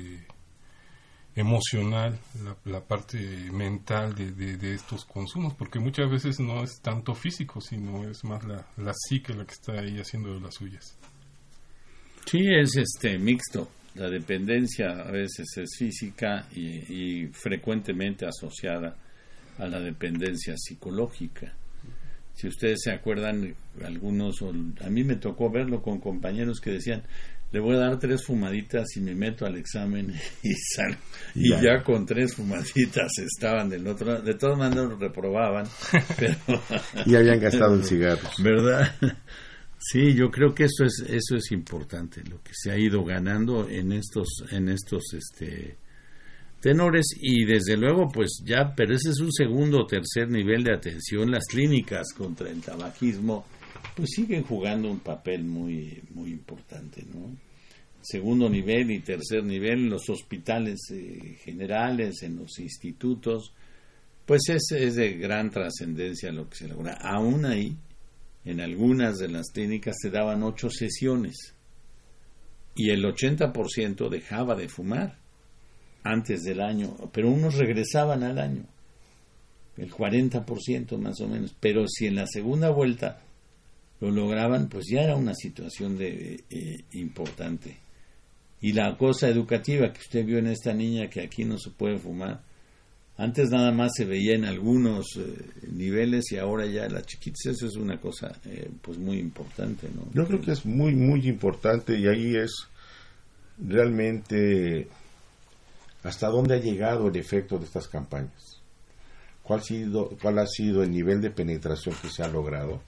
emocional, la parte mental de estos consumos, porque muchas veces no es tanto físico, sino es más la psique la que está ahí haciendo de las suyas. Sí, es mixto. La dependencia a veces es física y frecuentemente asociada a la dependencia psicológica. Si ustedes se acuerdan, algunos, a mí me tocó verlo con compañeros que decían, le voy a dar 3 fumaditas y me meto al examen y salgo. Y ya con 3 fumaditas estaban del otro lado. De todas maneras reprobaban. Pero y habían gastado en cigarros. ¿Verdad? Sí, yo creo que eso es importante, lo que se ha ido ganando en estos tenores, y desde luego pues ya, pero ese es un segundo o tercer nivel de atención. Las clínicas contra el tabaquismo pues siguen jugando un papel muy muy importante, ¿no? Segundo nivel y tercer nivel en los hospitales generales, en los institutos, pues es de gran trascendencia lo que se logra. Aún ahí, en algunas de las clínicas se daban 8 sesiones y el 80% dejaba de fumar antes del año, pero unos regresaban al año, el 40% más o menos. Pero si en la segunda vuelta lo lograban, pues ya era una situación importante. Y la cosa educativa que usted vio en esta niña, que aquí no se puede fumar, antes nada más se veía en algunos niveles y ahora ya las chiquitas, eso es una cosa pues muy importante, ¿no? Yo creo que es muy muy importante, y ahí es realmente hasta dónde ha llegado el efecto de estas campañas. ¿Cuál ha sido el nivel de penetración que se ha logrado?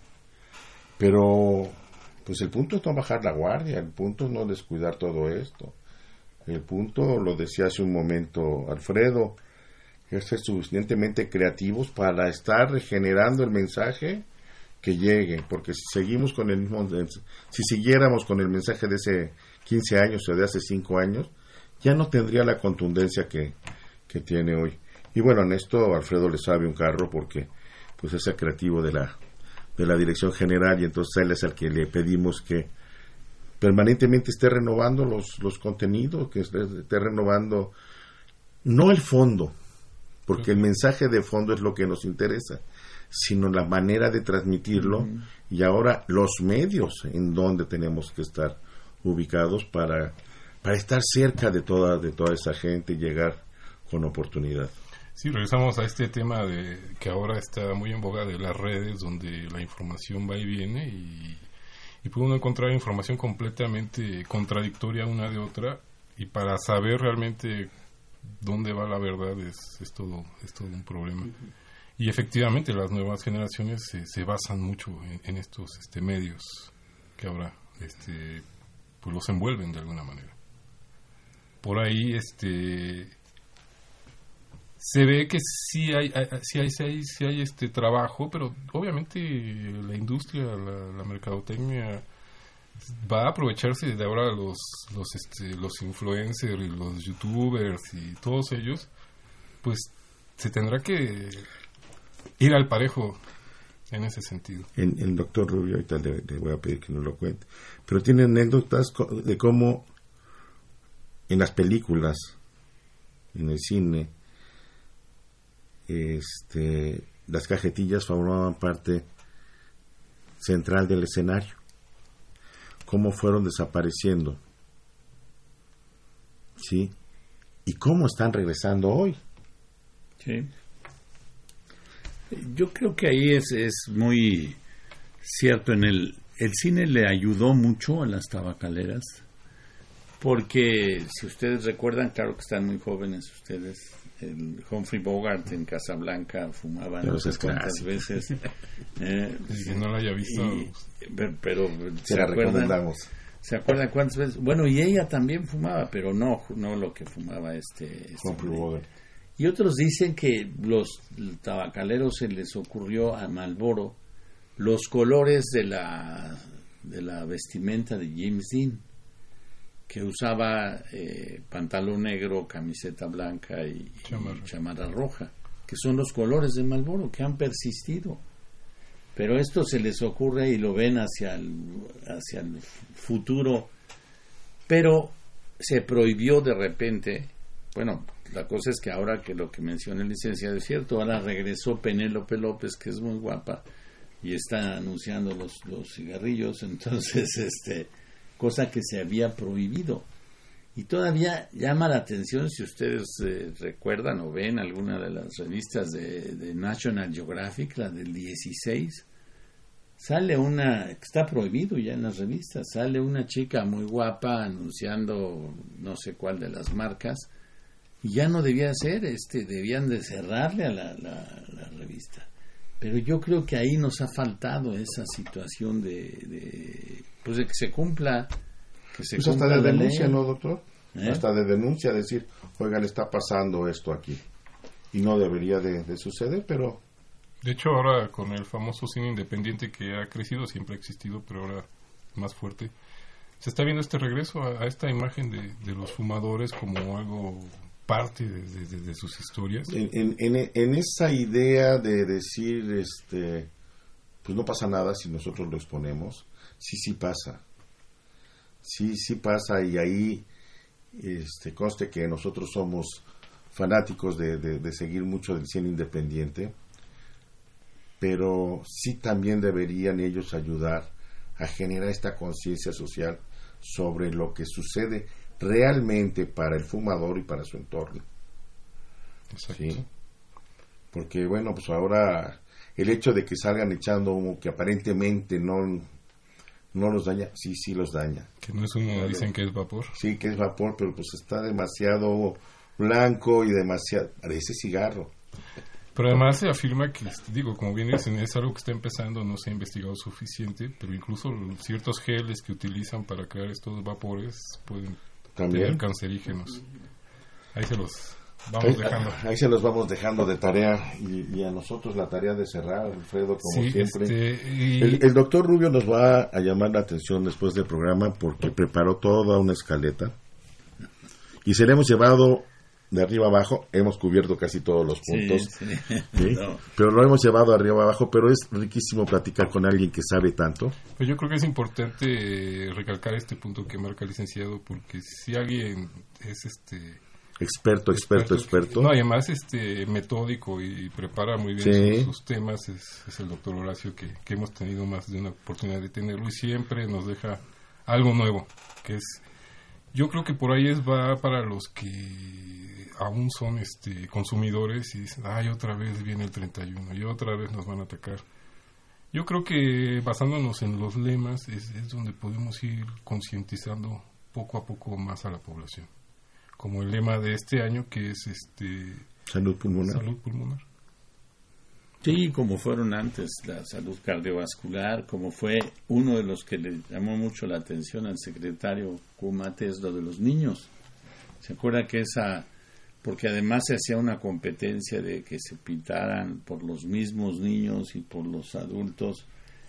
Pero pues el punto es no bajar la guardia, el punto es no descuidar todo esto. El punto, lo decía hace un momento Alfredo, es ser suficientemente creativos para estar regenerando el mensaje que llegue, porque si seguimos con si siguiéramos con el mensaje de hace 15 años o de hace 5 años, ya no tendría la contundencia que tiene hoy. Y bueno, en esto Alfredo le sabe un carro, porque pues es el creativo de la dirección general, y entonces él es el que le pedimos que permanentemente esté renovando los contenidos, que esté renovando no el fondo, porque el mensaje de fondo es lo que nos interesa, sino la manera de transmitirlo, y ahora los medios en donde tenemos que estar ubicados para estar cerca de toda esa gente y llegar con oportunidad. Sí, regresamos a este tema que ahora está muy en boga, de las redes, donde la información va y viene, y puede uno encontrar información completamente contradictoria una de otra, y para saber realmente dónde va la verdad es todo un problema. Y efectivamente las nuevas generaciones se basan mucho en estos medios que ahora pues los envuelven de alguna manera. Por ahí se ve que sí hay trabajo, pero obviamente la industria, la mercadotecnia va a aprovecharse de ahora los influencers y los youtubers y todos ellos, pues se tendrá que ir al parejo en ese sentido. El doctor Rubio, ahorita le voy a pedir que nos lo cuente, pero tiene anécdotas de cómo en las películas, en el cine, las cajetillas formaban parte central del escenario, cómo fueron desapareciendo, ¿sí? Y cómo están regresando hoy. Sí. Yo creo que ahí es muy cierto. En el cine le ayudó mucho a las tabacaleras, porque si ustedes recuerdan, claro que están muy jóvenes ustedes, el Humphrey Bogart en Casablanca fumaba no sé cuántas veces. Si no lo haya visto, pero se la recomendamos. ¿Se acuerdan cuántas veces? Bueno, y ella también fumaba, pero no lo que fumaba Humphrey Bogart. Y otros dicen que los tabacaleros se les ocurrió a Marlboro los colores de la vestimenta de James Dean, que usaba pantalón negro, camiseta blanca y chamarra roja, que son los colores de Marlboro que han persistido. Pero esto se les ocurre y lo ven hacia el futuro, pero se prohibió de repente. Bueno, la cosa es que ahora que lo que menciona el licenciado es cierto, ahora regresó Penélope López, que es muy guapa, y está anunciando los cigarrillos, entonces cosa que se había prohibido. Y todavía llama la atención, si ustedes recuerdan o ven alguna de las revistas de National Geographic, la del 16, sale que está prohibido ya en las revistas, sale una chica muy guapa anunciando no sé cuál de las marcas, y ya no debía ser, debían de cerrarle a la revista. Pero yo creo que ahí nos ha faltado esa situación de que se cumpla, pues hasta de denuncia, ¿no, doctor? Hasta de denuncia, decir, oigan, está pasando esto aquí. Y no debería de suceder, pero... De hecho, ahora con el famoso cine independiente que ha crecido, siempre ha existido, pero ahora más fuerte, se está viendo este regreso a esta imagen de los fumadores como algo parte de sus historias. En esa idea de decir, pues no pasa nada si nosotros lo exponemos, sí pasa. Sí pasa, y ahí conste que nosotros somos fanáticos de seguir mucho del cine independiente, pero sí también deberían ellos ayudar a generar esta conciencia social sobre lo que sucede realmente para el fumador y para su entorno. Exacto. ¿Sí? Porque bueno, pues ahora el hecho de que salgan echando humo que aparentemente no los daña, sí los daña. Que no es humo, claro. Dicen que es vapor. Sí, que es vapor, pero pues está demasiado blanco y demasiado... Parece cigarro. Pero además se afirma que, como bien dicen, es algo que está empezando, no se ha investigado suficiente, pero incluso ciertos geles que utilizan para crear estos vapores pueden tener cancerígenos. Ahí se los vamos dejando. Ahí se los vamos dejando de tarea, y a nosotros la tarea de cerrar, Alfredo, como siempre. El doctor Rubio nos va a llamar la atención después del programa porque preparó toda una escaleta y se le hemos llevado de arriba abajo, hemos cubierto casi todos los puntos, ¿sí? No. Pero lo hemos llevado arriba abajo, pero es riquísimo platicar con alguien que sabe tanto. Pues yo creo que es importante recalcar este punto que marca el licenciado, porque si alguien es experto. No, además metódico y prepara muy bien sus temas, es el doctor Horacio, que hemos tenido más de una oportunidad de tenerlo, y siempre nos deja algo nuevo, que es... Yo creo que por ahí va para los que aún son consumidores y dicen, otra vez viene el 31 y otra vez nos van a atacar. Yo creo que basándonos en los lemas es donde podemos ir concientizando poco a poco más a la población. Como el lema de este año, que es salud pulmonar. Salud pulmonar. Sí, como fueron antes la salud cardiovascular, como fue uno de los que le llamó mucho la atención al secretario Cumate, es lo de los niños. ¿Se acuerda que porque además se hacía una competencia de que se pintaran por los mismos niños y por los adultos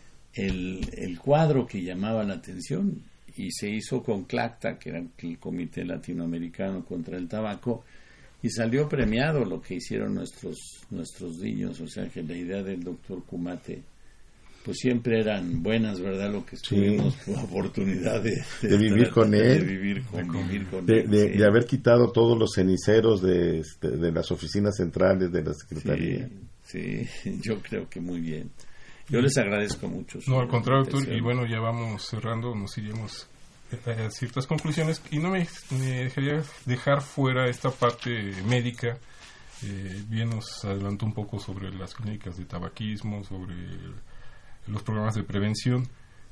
el cuadro que llamaba la atención, y se hizo con CLACTA, que era el Comité Latinoamericano contra el Tabaco, y salió premiado lo que hicieron nuestros niños. O sea que la idea del doctor Cumate pues siempre eran buenas, ¿verdad? Lo que tuvimos la oportunidad de vivir con él, de vivir con él, de haber quitado todos los ceniceros de las oficinas centrales de la Secretaría. Sí, yo creo que muy bien. Yo les agradezco mucho. No, al contrario, doctor, y bueno, ya vamos cerrando, nos iremos a ciertas conclusiones, y no me dejaría dejar fuera esta parte médica. Bien nos adelantó un poco sobre las clínicas de tabaquismo, sobre los programas de prevención.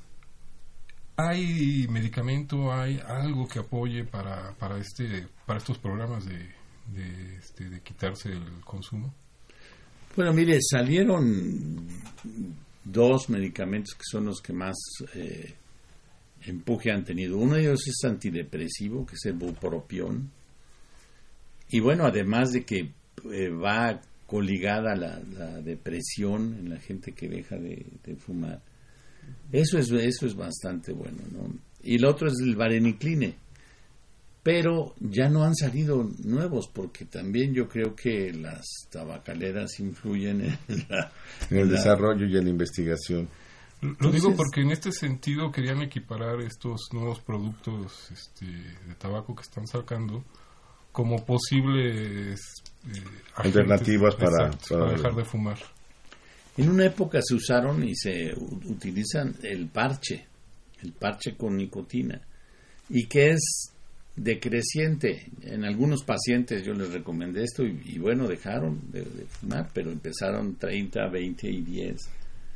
¿Hay medicamento, hay algo que apoye para estos programas de quitarse el consumo? Bueno, mire, salieron 2 medicamentos que son los que más empuje han tenido. Uno de ellos es antidepresivo, que es el bupropión, y bueno, además de que va coligada la depresión en la gente que deja de fumar. Eso es bastante bueno, ¿no? Y el otro es el varenicline, pero ya no han salido nuevos, porque también yo creo que las tabacaleras influyen en el desarrollo y en la investigación. Lo digo porque en este sentido querían equiparar estos nuevos productos de tabaco que están sacando como posibles alternativas para dejar de fumar. En una época se usaron y se utilizan el parche con nicotina, y que es decreciente. En algunos pacientes yo les recomendé esto y bueno, dejaron de fumar, pero empezaron 30, 20 y 10.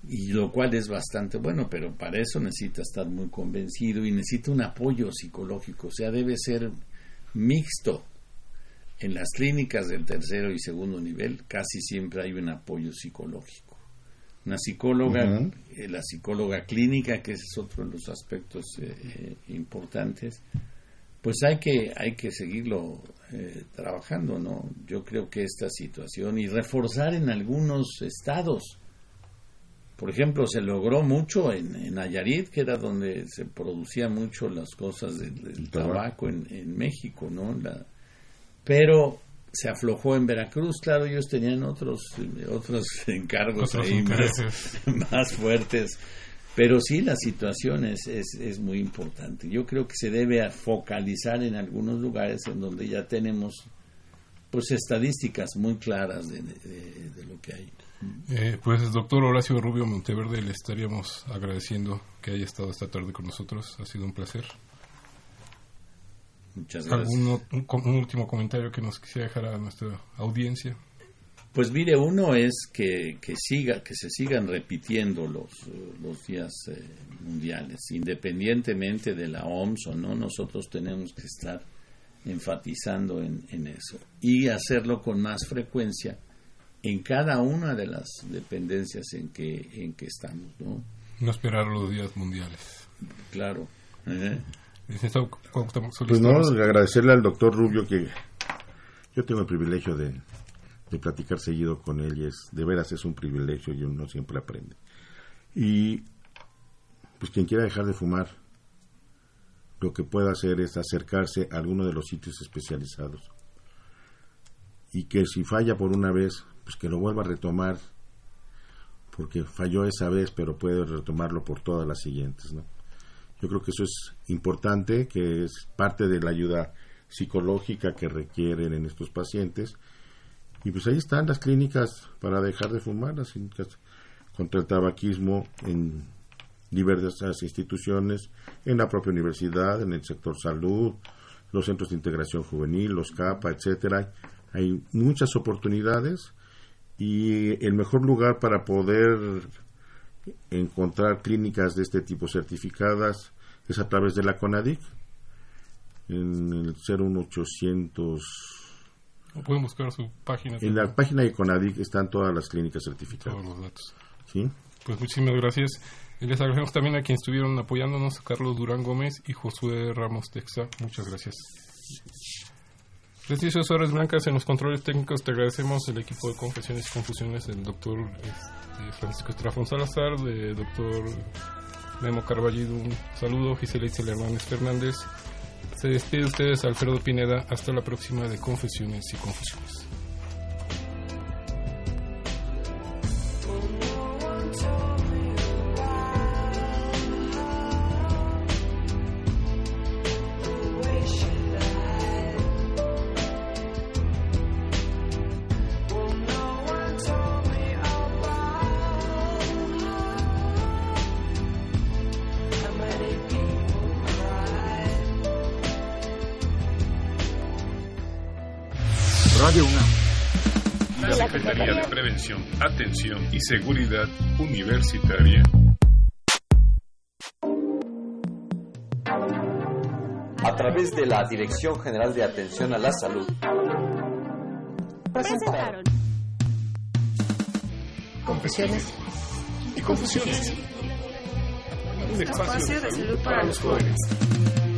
y lo cual es bastante bueno, pero para eso necesita estar muy convencido y necesita un apoyo psicológico, o sea, debe ser mixto. En las clínicas del tercero y segundo nivel casi siempre hay un apoyo psicológico. Una psicóloga, la psicóloga clínica, que ese es otro de los aspectos importantes, pues hay que seguirlo trabajando, ¿no? Yo creo que esta situación, y reforzar en algunos estados, por ejemplo, se logró mucho en Nayarit, que era donde se producían mucho las cosas del tabaco en México, ¿no? Pero se aflojó en Veracruz, claro, ellos tenían otros encargos ahí más fuertes, pero sí la situación es muy importante. Yo creo que se debe focalizar en algunos lugares en donde ya tenemos pues estadísticas muy claras de lo que hay. Pues doctor Horacio Rubio Monteverde, le estaríamos agradeciendo que haya estado esta tarde con nosotros, ha sido un placer. Muchas gracias. ¿Un último comentario que nos quisiera dejar a nuestra audiencia? Pues mire, uno es que se sigan repitiendo los días mundiales, independientemente de la OMS o no, nosotros tenemos que estar enfatizando en eso y hacerlo con más frecuencia en cada una de las dependencias en que estamos, ¿no? No esperar los días mundiales. Claro. Pues no, agradecerle al doctor Rubio, que yo tengo el privilegio de platicar seguido con él, y de veras es un privilegio y uno siempre aprende. Y pues quien quiera dejar de fumar, lo que pueda hacer es acercarse a alguno de los sitios especializados, y que si falla por una vez, pues que lo vuelva a retomar, porque falló esa vez, pero puede retomarlo por todas las siguientes, ¿no? Yo creo que eso es importante, que es parte de la ayuda psicológica que requieren en estos pacientes. Y pues ahí están las clínicas para dejar de fumar, las clínicas contra el tabaquismo en diversas instituciones, en la propia universidad, en el sector salud, los centros de integración juvenil, los CAPA, etcétera. Hay muchas oportunidades, y el mejor lugar para poder encontrar clínicas de este tipo certificadas es a través de la CONADIC, en el 01800. Pueden buscar su página. En la página de CONADIC están todas las clínicas certificadas. Todos los datos. ¿Sí? Pues muchísimas gracias. Y les agradecemos también a quienes estuvieron apoyándonos, Carlos Durán Gómez y Josué Ramos Texa. Muchas gracias. Leticia Suárez Blancas en los controles técnicos. Te agradecemos el equipo de Confesiones y Confusiones, el doctor Francisco Estrafón Salazar, del doctor Memo Carballido. Un saludo. Gisela Itzel Hernández Fernández. Se despide de ustedes Alfredo Pineda. Hasta la próxima de Confesiones y Confusiones. Radio UNAM. La Secretaría de Prevención, Atención y Seguridad Universitaria. A través de la Dirección General de Atención a la Salud. Presentaron Confesiones y Confusiones. Un espacio de salud para los jóvenes.